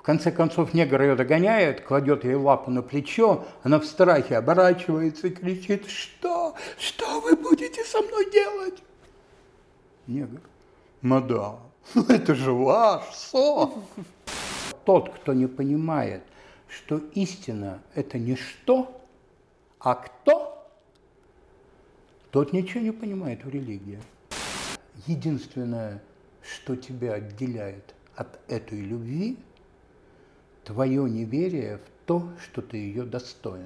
В конце концов, негр ее догоняет, кладет ей лапу на плечо, она в страхе оборачивается и кричит: «Что? Что вы будете со мной делать?» Негр: «Мадам, это же ваш сон!» Тот, кто не понимает, что истина – это не что, а кто, тот ничего не понимает в религии. Единственное, что тебя отделяет от этой любви – твое неверие в то, что ты ее достоин.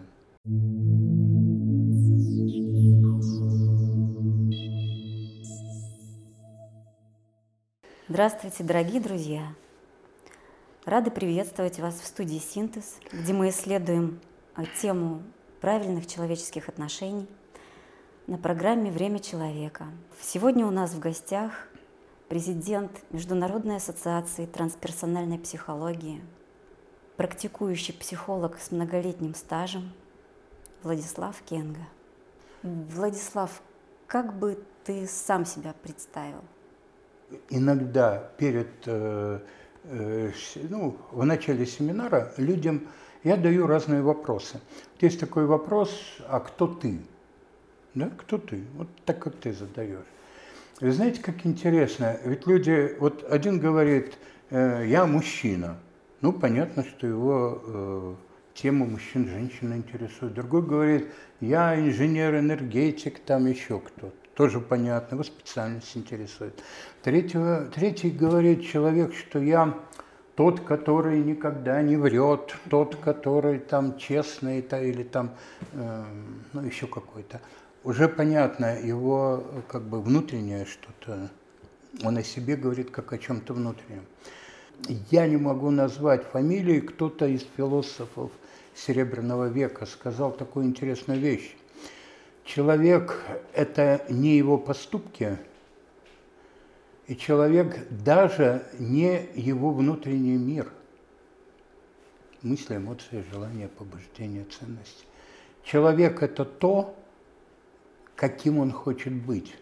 Здравствуйте, дорогие друзья! Рады приветствовать вас в студии «Синтез», где мы исследуем тему правильных человеческих отношений на программе «Время человека». Сегодня у нас в гостях президент Международной ассоциации трансперсональной психологии, практикующий психолог с многолетним стажем Владислав Кенга. Владислав, как бы ты сам себя представил? Иногда в начале семинара людям я даю разные вопросы. Есть такой вопрос: а кто ты? Да, кто ты? Вот так, как ты задаешь. Вы знаете, как интересно, ведь люди, вот один говорит: я мужчина. Ну, понятно, что его тема мужчин-женщин интересует. Другой говорит: я инженер-энергетик, там еще кто-то. Тоже понятно, его специальность интересует. Третий говорит человек, что я тот, который никогда не врет, тот, который там честный, или там, еще какой-то. Уже понятно, его как бы внутреннее что-то, он о себе говорит как о чем-то внутреннем. Я не могу назвать фамилии, кто-то из философов Серебряного века сказал такую интересную вещь. Человек – это не его поступки, и человек даже не его внутренний мир. Мысли, эмоции, желания, побуждения, ценности. Человек – это то, каким он хочет быть.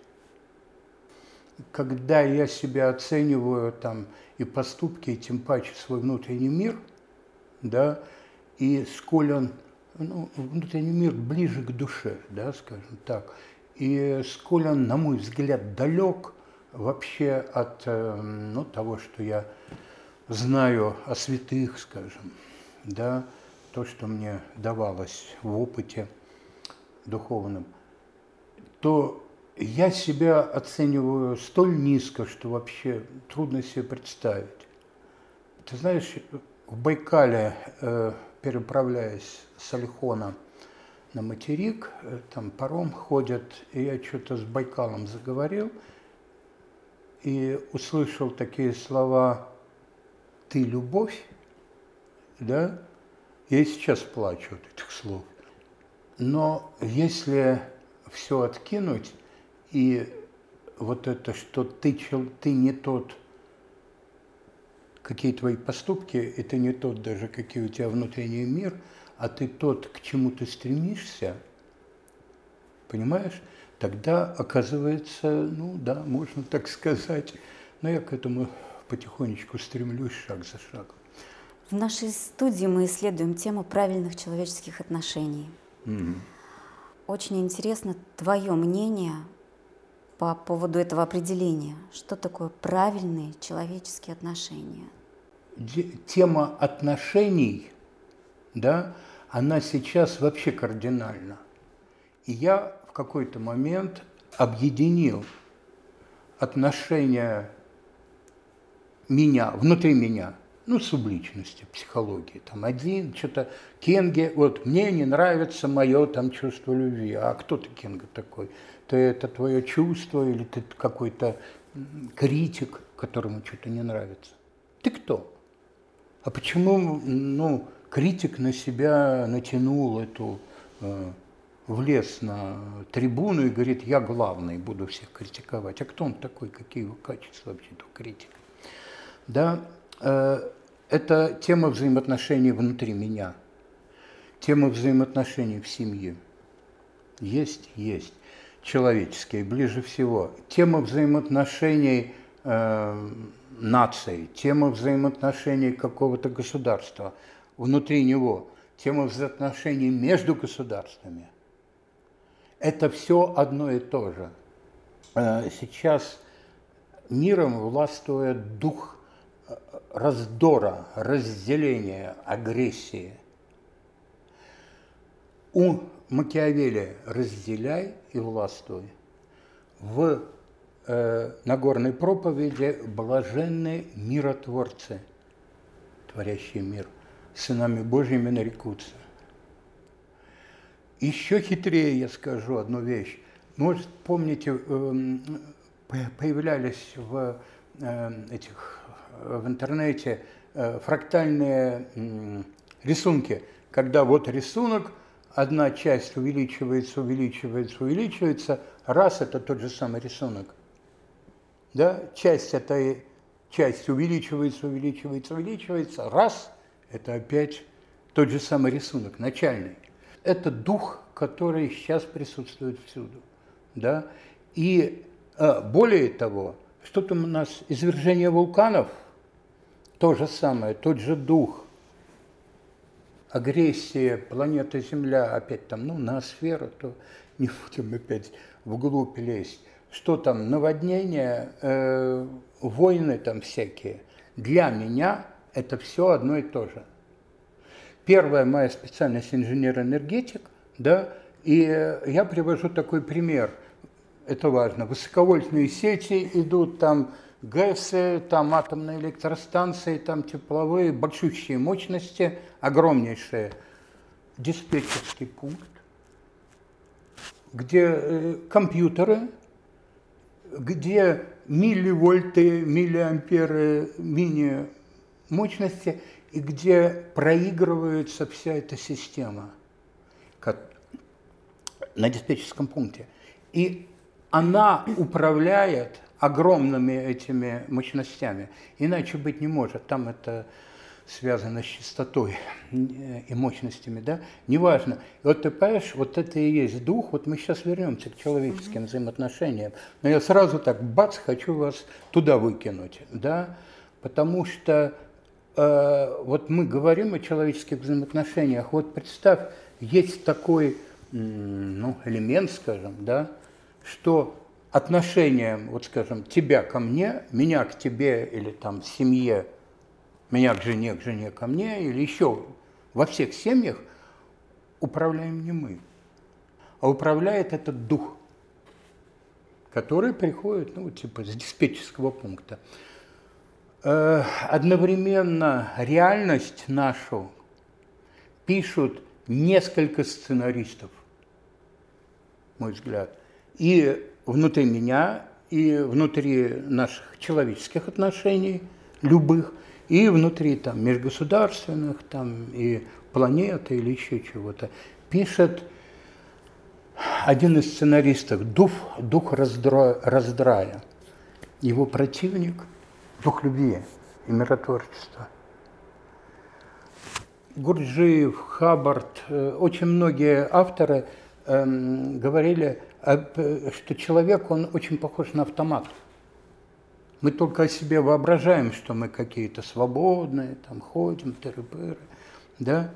Когда я себя оцениваю там, и поступки, и тем паче свой внутренний мир, да, и сколь он, внутренний мир ближе к душе, да, скажем так, и сколь он, на мой взгляд, далек вообще от того, что я знаю о святых, скажем, да, то, что мне давалось в опыте духовном, то я себя оцениваю столь низко, что вообще трудно себе представить. Ты знаешь, в Байкале, переправляясь с Ольхона на материк, там паром ходит, и я что-то с Байкалом заговорил, и услышал такие слова: «Ты любовь», да? Я и сейчас плачу от этих слов. Но если все откинуть, и вот это, что ты не тот, какие твои поступки, это не тот даже, какой у тебя внутренний мир, а ты тот, к чему ты стремишься, понимаешь? Тогда оказывается, можно так сказать, но я к этому потихонечку стремлюсь, шаг за шагом. В нашей студии мы исследуем тему правильных человеческих отношений. Очень интересно твое мнение по поводу этого определения. Что такое правильные человеческие отношения? Тема отношений, да, она сейчас вообще кардинальна. И я в какой-то момент объединил отношения меня, внутри меня, субличности, психологии. Там один, что-то Кенге, вот мне не нравится мое там чувство любви. А кто ты, Кенга, такой? Это твое чувство или ты какой-то критик, которому что-то не нравится? Ты кто? А почему, критик на себя натянул влез на трибуну и говорит: я главный, буду всех критиковать. А кто он такой, какие его качества вообще этого критика? Да, это тема взаимоотношений внутри меня, тема взаимоотношений в семье. Есть. Человеческие, ближе всего. Тема взаимоотношений нации, тема взаимоотношений какого-то государства внутри него, тема взаимоотношений между государствами. Это все одно и то же. Сейчас миром властвует дух раздора, разделения, агрессии. У Макиавелли «разделяй и властвуй». В Нагорной проповеди блаженны миротворцы, творящие мир, сынами Божьими нарекутся. Еще хитрее я скажу одну вещь. Может, помните, появлялись в интернете фрактальные рисунки, когда вот рисунок, одна часть увеличивается, увеличивается, увеличивается, раз это тот же самый рисунок. Да? Часть этой части увеличивается, увеличивается, увеличивается, раз это опять тот же самый рисунок, начальный. Это дух, который сейчас присутствует всюду. Да? И более того, что там у нас, извержение вулканов, то же самое, тот же дух, агрессия, планета Земля, опять там, ноосфера, то не будем опять вглубь лезть. Что там, наводнения, войны там всякие. Для меня это все одно и то же. Первая моя специальность инженер-энергетик, да, и я привожу такой пример. Это важно. Высоковольтные сети идут, там ГЭСы, там атомные электростанции, там тепловые, большущие мощности, огромнейшие. Диспетчерский пункт, где компьютеры, где милливольты, миллиамперы, мини-мощности, и где проигрывается вся эта система на диспетчерском пункте. И она управляет огромными этими мощностями. Иначе быть не может. Там это связано с частотой и мощностями, да? Неважно. И вот ты понимаешь, вот это и есть дух. Вот мы сейчас вернемся к человеческим взаимоотношениям. Но я сразу так, бац, хочу вас туда выкинуть, да? Потому что вот мы говорим о человеческих взаимоотношениях. Вот представь, есть такой, элемент, скажем, да, что отношением, вот скажем, тебя ко мне, меня к тебе или там семье, меня к жене ко мне, или еще во всех семьях управляем не мы, а управляет этот дух, который приходит, с диспетчерского пункта. Одновременно реальность нашу пишут несколько сценаристов, мой взгляд, и внутри меня, и внутри наших человеческих отношений, любых, и внутри там межгосударственных, там и планеты, или еще чего-то. Пишет один из сценаристов, дух раздрая. Его противник – дух любви и миротворчества. Гурджиев, Хаббард, очень многие авторы говорили, что человек, он очень похож на автомат. Мы только о себе воображаем, что мы какие-то свободные, там ходим, тыры-пыры, да.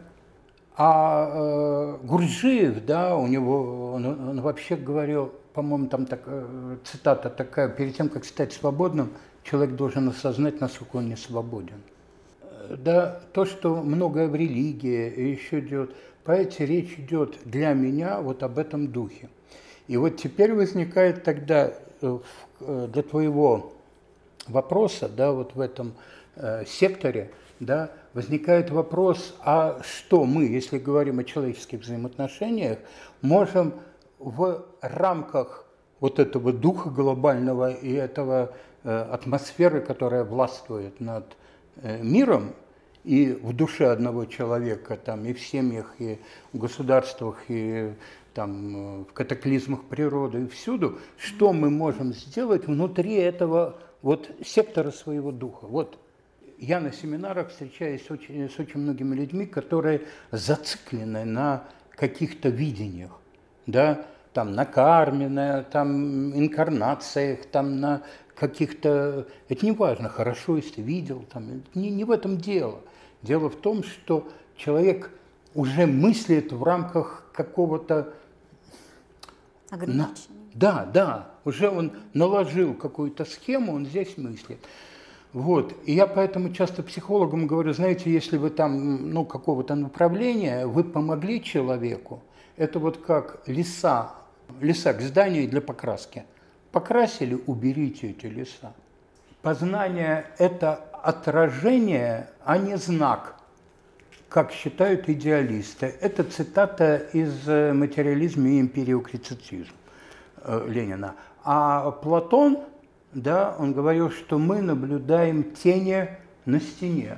А Гурджиев, да, у него, он вообще говорил, по-моему, там цитата такая: перед тем, как стать свободным, человек должен осознать, насколько он не свободен. Да, то, что многое в религии еще идет, поэте речь идет для меня вот об этом духе. И вот теперь возникает тогда для твоего вопроса, да, вот в этом секторе, да, возникает вопрос, а что мы, если говорим о человеческих взаимоотношениях, можем в рамках вот этого духа глобального и этого атмосферы, которая властвует над миром и в душе одного человека, там, и в семьях, и в государствах, и там, в катаклизмах природы, и всюду, что мы можем сделать внутри этого вот сектора своего духа. Вот я на семинарах встречаюсь с очень многими людьми, которые зациклены на каких-то видениях, да, там, на карме, там, инкарнациях, там, на каких-то... Это не важно, хорошо, если ты видел, там, не в этом дело. Дело в том, что человек уже мыслит в рамках какого-то... Ограничения. Да, уже он наложил какую-то схему, он здесь мыслит. Вот. И я поэтому часто психологам говорю, знаете, если вы там, ну, какого-то направления, вы помогли человеку, это вот как леса к зданию для покраски. Покрасили, уберите эти леса. Познание – это отражение, а не знак, как считают идеалисты. Это цитата из «Материализма и эмпириокритицизм» Ленина. А Платон, да, он говорил, что мы наблюдаем тени на стене.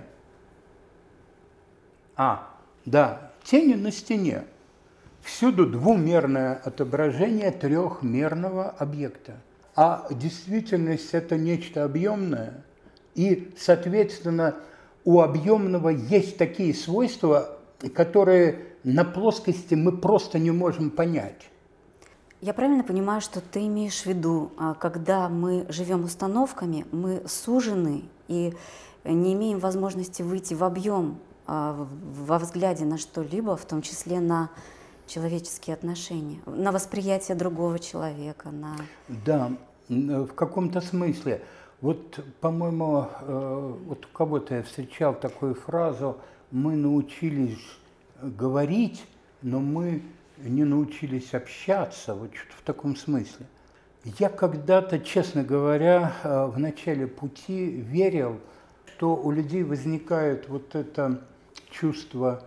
Тени на стене. Всюду двумерное отображение трехмерного объекта. А действительность – это нечто объемное, и, соответственно, у объемного есть такие свойства, которые на плоскости мы просто не можем понять. Я правильно понимаю, что ты имеешь в виду, когда мы живем установками, мы сужены и не имеем возможности выйти в объем во взгляде на что-либо, в том числе на человеческие отношения, на восприятие другого человека, на... Да, в каком-то смысле. Вот, по-моему, вот у кого-то я встречал такую фразу: мы научились говорить, но мы не научились общаться, вот что-то в таком смысле. Я когда-то, честно говоря, в начале пути верил, что у людей возникает вот это чувство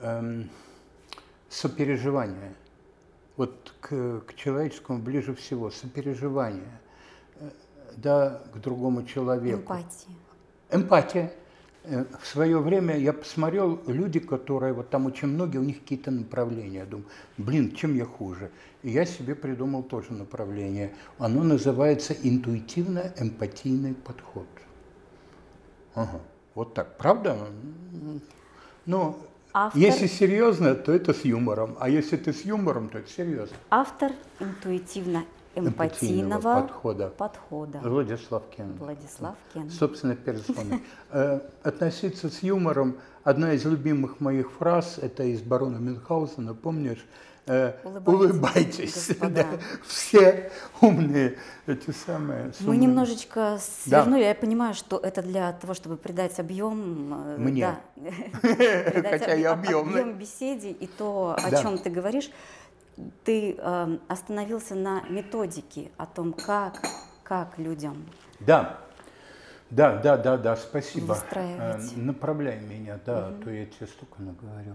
сопереживания. Вот к человеческому ближе всего сопереживание, да, к другому человеку. Эмпатия. В свое время я посмотрел, люди, которые, вот там очень многие, у них какие-то направления. Я думаю, блин, чем я хуже? И я себе придумал тоже направление. Оно называется интуитивно-эмпатийный подход. Ага, вот так, правда? Ну, если серьезно, то это с юмором. А если ты с юмором, то это серьезно. Автор интуитивно-эмпатийного подхода. Владислав Кеннер. Собственно, персона. Относиться с юмором. Одна из любимых моих фраз, это из барона Мюнхгаузена, помнишь? Улыбайтесь. Да, все умные, эти самые. Мы немножечко свернули. Да. Я понимаю, что это для того, чтобы придать объем. Мне. Да, хотя я объемный. Объем беседе и то, о чем ты говоришь. Ты остановился на методике, о том, как людям. Да, спасибо. Направляй меня, да, то я тебе столько наговорю.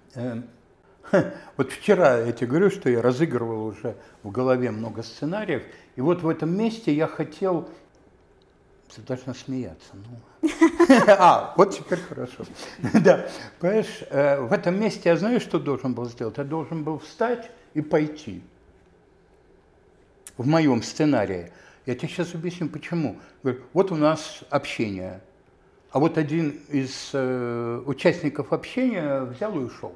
Вот вчера я тебе говорю, что я разыгрывал уже в голове много сценариев, и вот в этом месте я хотел... Ты должна смеяться. Вот теперь хорошо. Да, понимаешь, в этом месте я знаю, что должен был сделать. Я должен был встать и пойти. В моем сценарии. Я тебе сейчас объясню, почему. Говорю, вот у нас общение, а вот один из участников общения взял и ушел.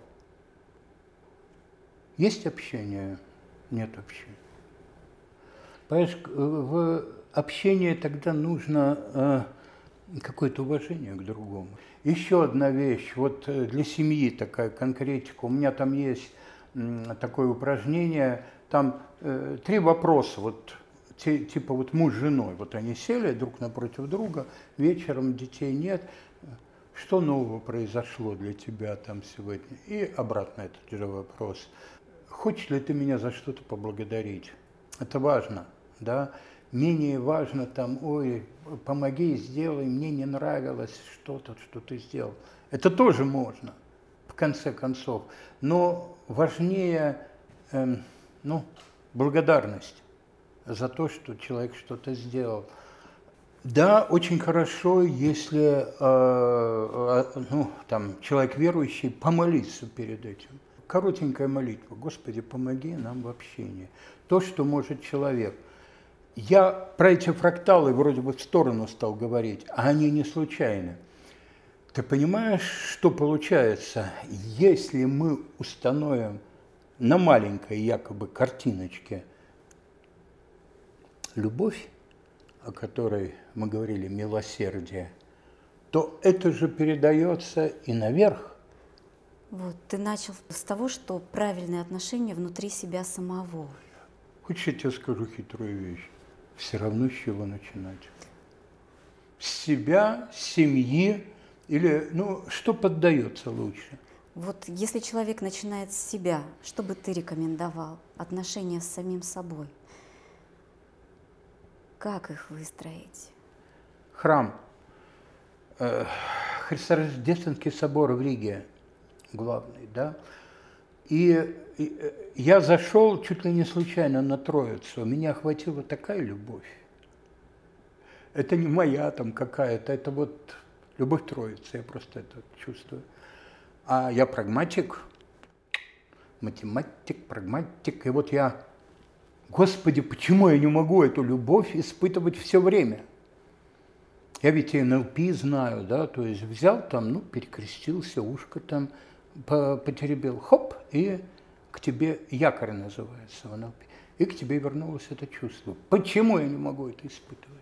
Есть общение? Нет общения. Понимаешь, в общении тогда нужно какое-то уважение к другому. Еще одна вещь, вот для семьи такая конкретика. У меня там есть такое упражнение, там 3 вопроса, вот типа вот муж с женой, вот они сели друг напротив друга, вечером детей нет. Что нового произошло для тебя там сегодня? И обратно этот же вопрос. Хочешь ли ты меня за что-то поблагодарить? Это важно, да? Менее важно там, ой, помоги, сделай, мне не нравилось что-то, что ты сделал. Это тоже можно, в конце концов. Но важнее, благодарность за то, что человек что-то сделал. Да, очень хорошо, если человек верующий, помолиться перед этим. Коротенькая молитва. Господи, помоги нам в общении. То, что может человек. Я про эти фракталы вроде бы в сторону стал говорить, а они не случайны. Ты понимаешь, что получается, если мы установим на маленькой якобы картиночке любовь, о которой мы говорили, милосердие, то это же передается и наверх. Вот, ты начал с того, что правильные отношения внутри себя самого. Хочешь, я тебе скажу хитрую вещь? Все равно с чего начинать? С себя, с семьи или, что поддается лучше? Вот если человек начинает с себя, что бы ты рекомендовал? Отношения с самим собой. Как их выстроить? Храм. Христорождественский собор в Риге, главный, да? И я зашел чуть ли не случайно на Троицу. Меня охватила такая любовь. Это не моя там какая-то, это вот любовь Троицы, я просто это чувствую. А я прагматик, математик, прагматик. И вот я, Господи, почему я не могу эту любовь испытывать все время? Я ведь и НЛП знаю, да, то есть взял там, перекрестился, ушко там потеребил, хоп, и к тебе якорь называется в НЛП. И к тебе вернулось это чувство. Почему я не могу это испытывать?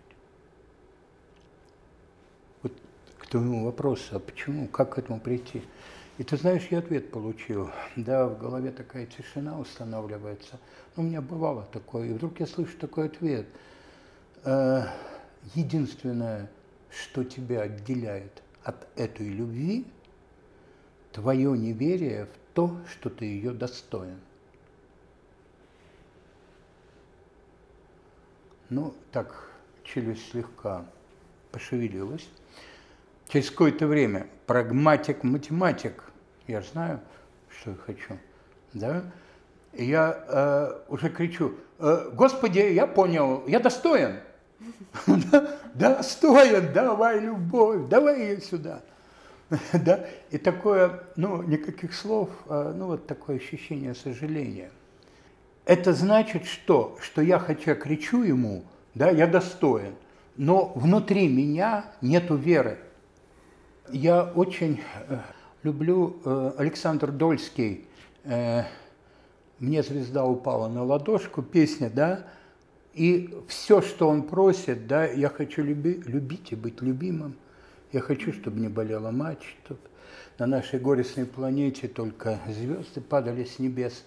Вот к твоему вопросу, а почему, как к этому прийти? И ты знаешь, я ответ получил. Да, в голове такая тишина устанавливается. У меня бывало такое, и вдруг я слышу такой ответ. Единственное, что тебя отделяет от этой любви, твое неверие в то, что ты ее достоин. Так, челюсть слегка пошевелилась. Через какое-то время прагматик-математик, я знаю, что я хочу, да? И я уже кричу: Господи, я понял, я достоин. Достоин, давай любовь, давай ее сюда. Да? И такое, никаких слов, вот такое ощущение сожаления. Это значит что? Что я хотя кричу ему, да, я достоин, но внутри меня нету веры. Я очень люблю Александр Дольский, «Мне звезда упала на ладошку», песня, да, и все, что он просит, да, я хочу любить и быть любимым, я хочу, чтобы не болела мать, чтобы на нашей горестной планете только звезды падали с небес.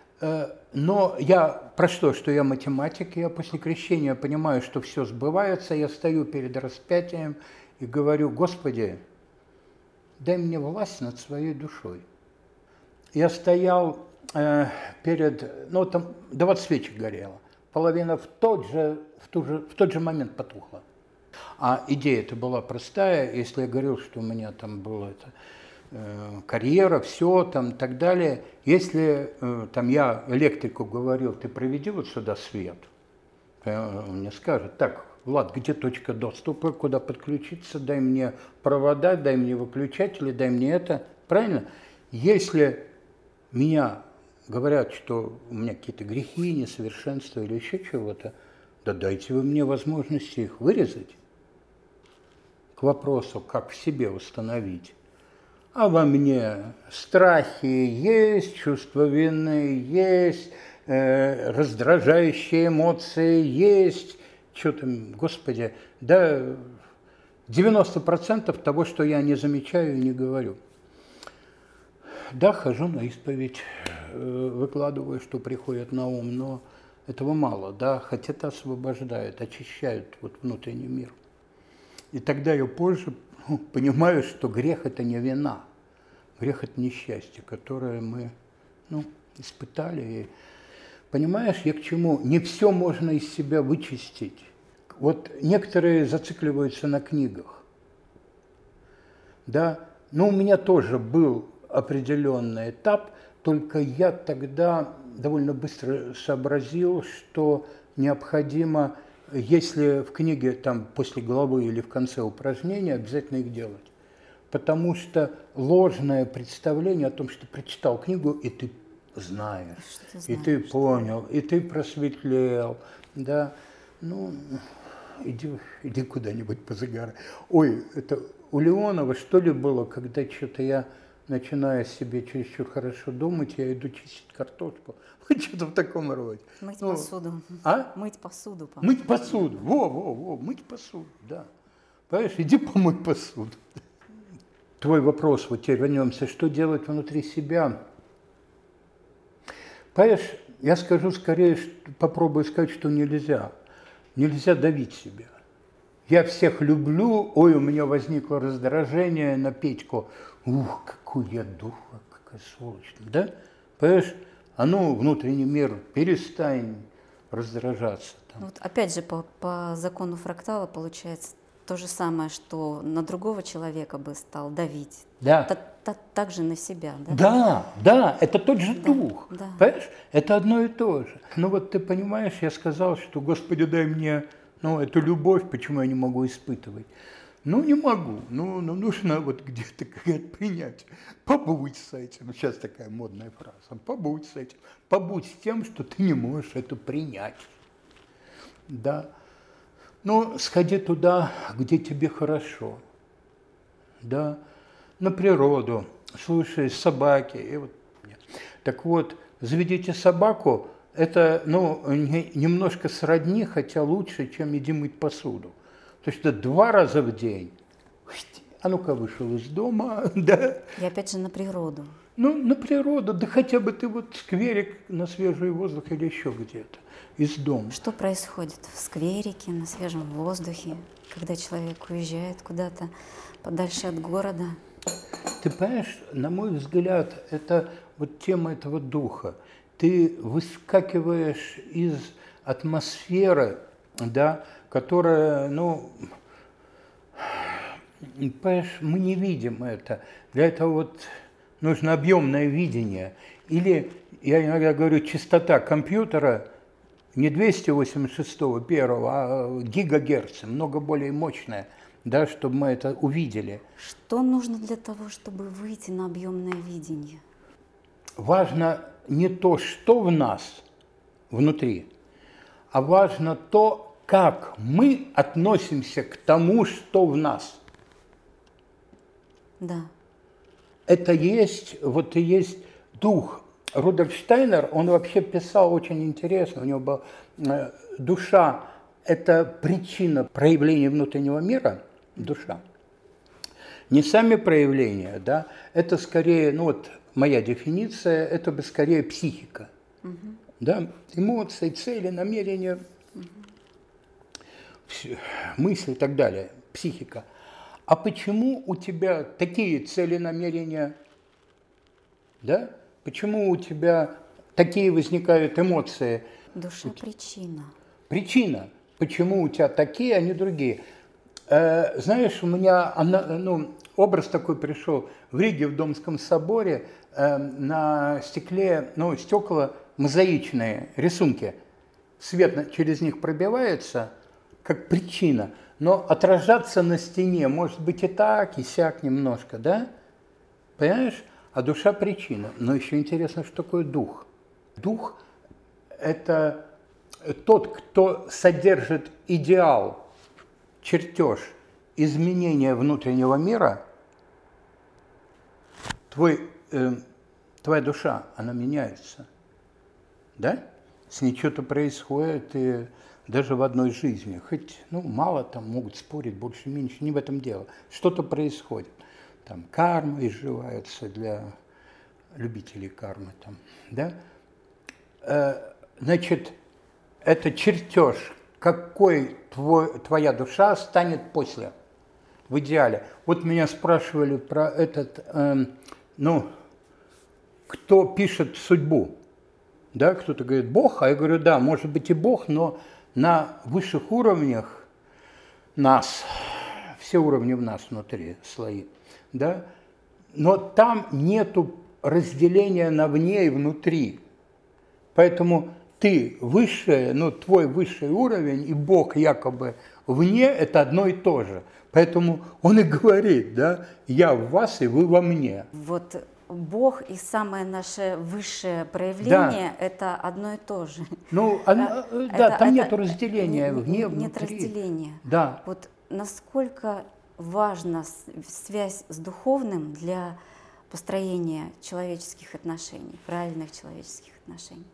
Но я про что? Что я математик, я после крещения понимаю, что все сбывается, я стою перед распятием и говорю: Господи, дай мне власть над своей душой. Я стоял перед, там 20 свечек горело, половина в тот же момент потухла. А идея-то была простая, если я говорил, что у меня там была карьера, все там так далее. Если там я электрику говорил: ты проведи вот сюда свет, он мне скажет: так, Влад, где точка доступа, куда подключиться, дай мне провода, дай мне выключатели, дай мне это. Правильно? Если меня говорят, что у меня какие-то грехи, несовершенства или еще чего-то, да дайте вы мне возможности их вырезать. К вопросу, как в себе установить. А во мне страхи есть, чувство вины есть, раздражающие эмоции есть. Что там, Господи, да 90% того, что я не замечаю и не говорю. Да, хожу на исповедь, выкладываю, что приходит на ум, но этого мало, да, хоть это освобождает, очищает вот внутренний мир. И тогда я позже понимаю, что грех – это не вина, грех – это несчастье, которое мы испытали. И, понимаешь, я к чему? Не все можно из себя вычистить. Вот некоторые зацикливаются на книгах. Да? У меня тоже был определенный этап, только я тогда довольно быстро сообразил, что необходимо, если в книге там после главы или в конце упражнения, обязательно их делать. Потому что ложное представление о том, что ты прочитал книгу, и ты знаешь, и ты понял, и ты просветлел, да, иди куда-нибудь позагорай. Ой, это у Леонова что ли было, когда что-то я начинаю себе чересчур хорошо думать, я иду чистить картошку. Что-то в таком роде. Мыть посуду. А? Мыть посуду, по-моему. Мыть посуду. Во, мыть посуду, да. Понимаешь, иди помой посуду. Твой вопрос, вот теперь вернемся, что делать внутри себя? Понимаешь, я скажу скорее, попробую сказать, что нельзя. Нельзя давить себя. Я всех люблю, ой, у меня возникло раздражение на Петьку. Ух, какой я дура, какая сволочь. Да? Понимаешь, а ну, внутренний мир, перестань раздражаться. Там. Вот опять же, по закону фрактала получается то же самое, что на другого человека бы стал давить. Да. Так же на себя, да? Да, это тот же дух. Да. Понимаешь, это одно и то же. Ну вот ты понимаешь, я сказал, что, Господи, дай мне эту любовь, почему я не могу испытывать. Ну, не могу. Ну, нужно вот где-то какое-то принятие. Побудь с этим. Сейчас такая модная фраза. Побудь с этим. Побудь с тем, что ты не можешь это принять. Да. Ну, сходи туда, где тебе хорошо. Да. На природу. Слушай собаки. И вот. Так вот, заведите собаку. Это, немножко сродни, хотя лучше, чем иди мыть посуду. То есть это 2 раза в день. А ну-ка вышел из дома, да. И опять же на природу. Ну, на природу, да хотя бы ты вот скверик на свежий воздух или еще где-то, из дома. Что происходит в скверике, на свежем воздухе, когда человек уезжает куда-то подальше от города? Ты понимаешь, на мой взгляд, это вот тема этого духа. Ты выскакиваешь из атмосферы, да, которая, понимаешь, мы не видим это. Для этого вот нужно объемное видение. Или, я иногда говорю, частота компьютера не 286-го первого, а гигагерца, много более мощная, да, чтобы мы это увидели. Что нужно для того, чтобы выйти на объемное видение? Важно не то, что в нас внутри, а важно то, как мы относимся к тому, что в нас. Да. Это есть дух. Рудольф Штайнер, он вообще писал очень интересно, у него была душа – это причина проявления внутреннего мира, душа. Не сами проявления, да, это скорее, моя дефиниция, это бы скорее психика. Да, эмоции, цели, намерения, мысли и так далее, психика. А почему у тебя такие цели, намерения, да? Почему у тебя такие возникают эмоции? Душа – причина. Причина. Почему у тебя такие, а не другие? Знаешь, у меня образ такой пришел. В Риге, в Домском соборе, на стекле, стекла мозаичные, рисунки. Свет через них пробивается, как причина. Но отражаться на стене может быть и так, и сяк немножко, да? Понимаешь? А душа – причина. Но еще интересно, что такое дух. Дух – это тот, кто содержит идеал, чертеж, изменения внутреннего мира. Твоя душа, она меняется. Да? С ней что-то происходит, и даже в одной жизни. Хоть, мало там могут спорить, больше-меньше, не в этом дело. Что-то происходит. Там карма изживается для любителей кармы. Там, да? Значит, это чертеж, какой твоя душа станет после, в идеале. Вот меня спрашивали про этот, кто пишет судьбу. Да, кто-то говорит, Бог, а я говорю, да, может быть и Бог, но на высших уровнях нас, все уровни в нас внутри, слои, да, но там нету разделения на вне и внутри. Поэтому ты высшее, твой высший уровень и Бог якобы вне – это одно и то же. Поэтому он и говорит, да, я в вас и вы во мне. Вот Бог и самое наше высшее проявление – это одно и то же. Там нет разделения вне, внутри. Нет разделения. Да. Вот насколько важна связь с духовным для построения человеческих отношений, правильных человеческих отношений?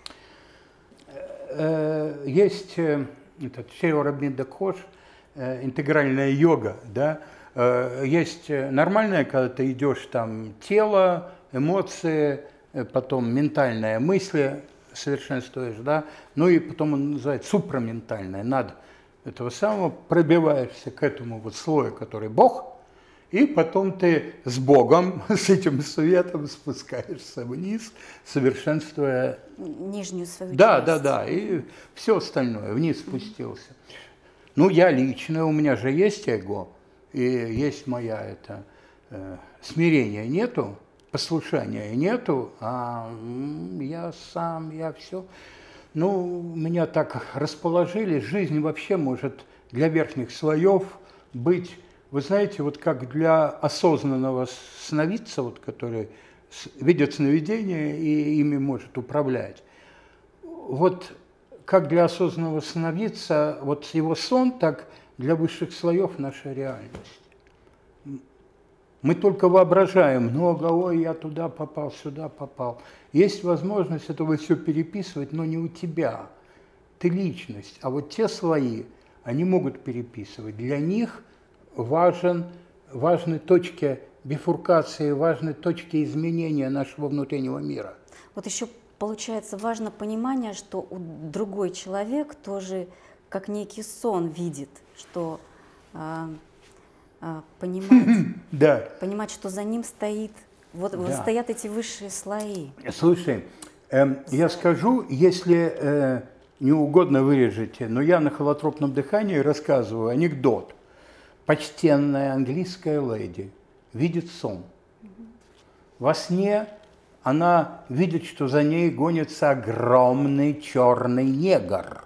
Есть этот Шри Aurobindo Ghosh, интегральная йога, да, есть нормальная, когда ты идешь там тело, эмоции, потом ментальные мысли совершенствуешь, да, ну и потом он называется супраментальное, над этого самого пробиваешься к этому вот слою, который Бог, и потом ты с Богом, с этим светом спускаешься вниз, совершенствуя нижнюю свою часть. Да, и все остальное, вниз спустился. Ну, я лично, у меня же есть эго, и есть моя это смирения нету, послушания нету, а я сам, я все. Ну, меня так расположили, жизнь вообще может для верхних слоев быть, вы знаете, вот как для осознанного сновидца, вот, который видит сновидения и ими может управлять. Вот как для осознанного сновидца, вот его сон, так для высших слоев наша реальность. Мы только воображаем много, ой, я туда попал, сюда попал. Есть возможность этого все переписывать, но не у тебя. Ты личность. А вот те слои, они могут переписывать. Для них важны точки бифуркации, важны точки изменения нашего внутреннего мира. Вот еще получается важно понимание, что другой человек тоже как некий сон видит, что понимать, что за ним стоит, вот стоят эти высшие слои. Слушай, я скажу, если не угодно вырежете, но я на холотропном дыхании рассказываю анекдот. Почтенная английская леди видит сон. Во сне она видит, что за ней гонится огромный черный негр.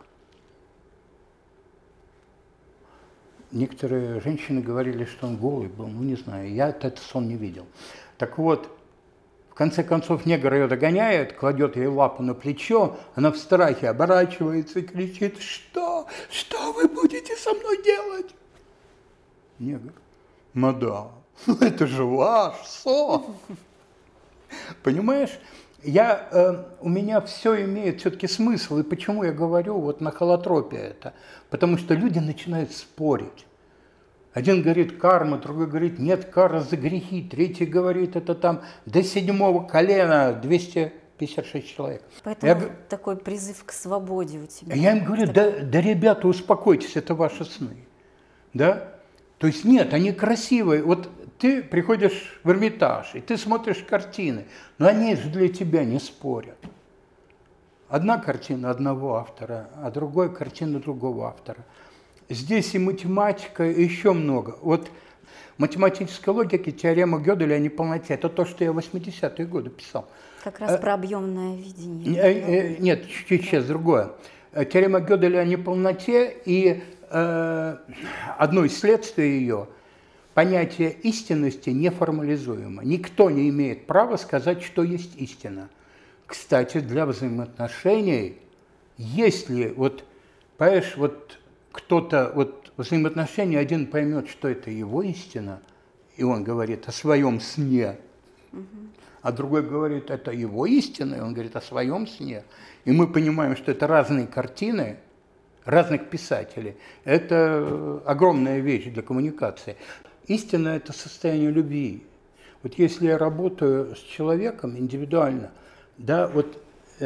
Некоторые женщины говорили, что он голый был, ну не знаю, я этот сон не видел. Так вот, в конце концов негр ее догоняет, кладет ей лапу на плечо, она в страхе оборачивается и кричит: что вы будете со мной делать? Негр: мадам, это же ваш сон. Понимаешь, у меня все имеет все-таки смысл. И почему я говорю вот на холотропе это? Потому что люди начинают спорить. Один говорит карма, другой говорит нет, кара за грехи. Третий говорит это там до 7-го колена 256 человек. Поэтому такой призыв к свободе у тебя. Я им говорю, да ребята, успокойтесь, это ваши сны. Да? То есть нет, они красивые. Вот ты приходишь в Эрмитаж, и ты смотришь картины, но они же для тебя не спорят. Одна картина одного автора, а другой картина другого автора. Здесь и математика, и еще много. Вот математическая логика, теорема Гёделя о неполноте, это то, что я в 80-е годы писал. Как раз про объемное видение. Нет, чуть-чуть сейчас другое. Теорема Гёделя о неполноте, и одно из следствий ее – понятие истинности неформализуемо. Никто не имеет права сказать, что есть истина. Кстати, для взаимоотношений, если вот, понимаешь, вот кто-то, вот взаимоотношения, один поймет, что это его истина, и он говорит о своем сне, а другой говорит, это его истина, и он говорит о своем сне, и мы понимаем, что это разные картины, разных писателей. Это огромная вещь для коммуникации. Истина – это состояние любви. Вот если я работаю с человеком индивидуально, да, вот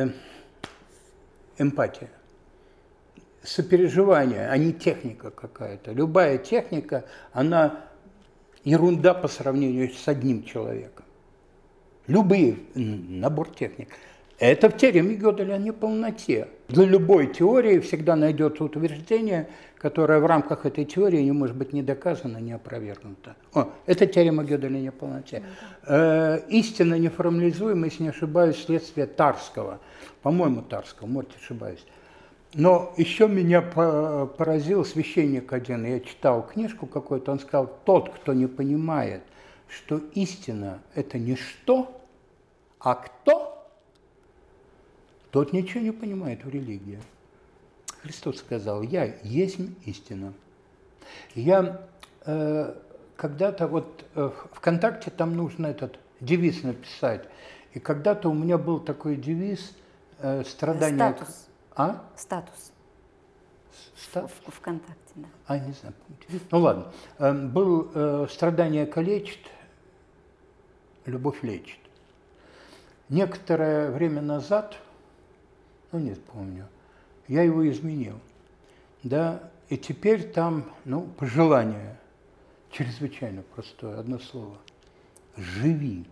эмпатия, сопереживание, а не техника какая-то. Любая техника, она ерунда по сравнению с одним человеком. Любые, набор техник. Это в теореме Гёделя о неполноте. Для любой теории всегда найдется утверждение, которое в рамках этой теории не может быть ни доказано, ни опровергнуто. Это теорема Гёделя о неполноте. Истина неформализуемая, если не ошибаюсь, следствие Тарского. По-моему, Тарского, может, ошибаюсь. Но еще меня поразил священник один. Я читал книжку какую-то, он сказал, тот, кто не понимает, что истина – это не что, а кто, тот ничего не понимает в религии. Христос сказал, я есть истина. Я когда-то вот ВКонтакте там нужно девиз написать. И когда-то у меня был такой девиз страдания... Статус. А? Статус. ВКонтакте, да. Не знаю. Ну ладно. Был «Страдание калечит, любовь лечит». Некоторое время назад, не помню, я его изменил. Да, и теперь там, пожелание чрезвычайно простое, одно слово. Живи.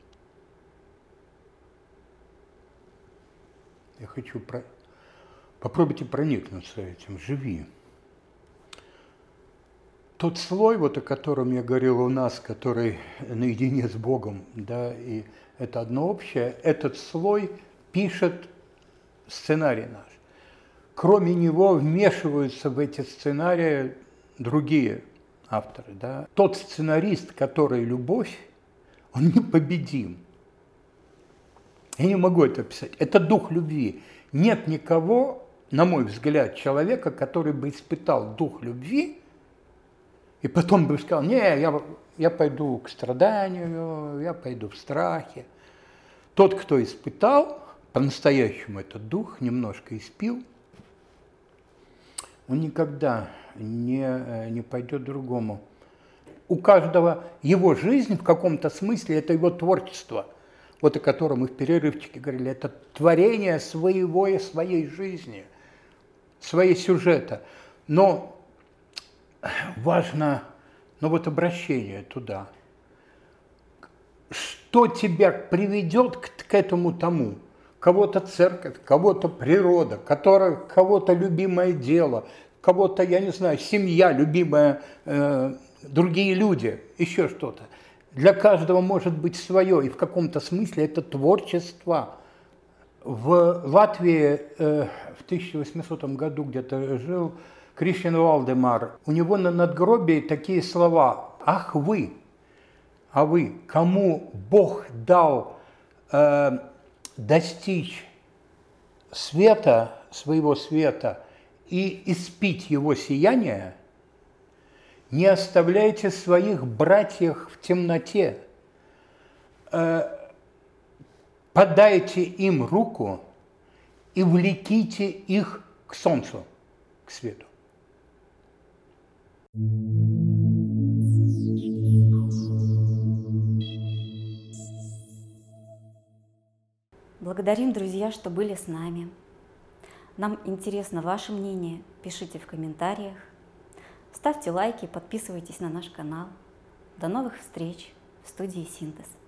Я хочу попробуйте проникнуться этим. Живи. Тот слой, о котором я говорил у нас, который наедине с Богом, да, и это одно общее, этот слой пишет сценарий наш. Кроме него вмешиваются в эти сценарии другие авторы. Да. Тот сценарист, который любовь, он непобедим. Я не могу это описать. Это дух любви. Нет никого, на мой взгляд, человека, который бы испытал дух любви, и потом бы сказал: не, я пойду к страданию, я пойду в страхе. Тот, кто испытал по-настоящему этот дух, немножко испил, он никогда не пойдет другому. У каждого его жизнь в каком-то смысле – это его творчество, о котором мы в перерывчике говорили, это творение своей жизни, своей сюжета. Но важно, обращение туда. Что тебя приведет к этому тому? Кого-то церковь, кого-то природа, кого-то любимое дело, кого-то, я не знаю, семья, любимая, другие люди, еще что-то. Для каждого может быть свое, и в каком-то смысле это творчество. В Латвии в 1800 году где-то жил Кришьян Валдемар. У него на надгробии такие слова: «Ах вы, а вы, кому Бог дал достичь света, своего света и испить его сияние, не оставляйте своих братьев в темноте, подайте им руку и влеките их к солнцу, к свету». Благодарим, друзья, что были с нами. Нам интересно ваше мнение. Пишите в комментариях. Ставьте лайки, подписывайтесь на наш канал. До новых встреч в студии «Синтез».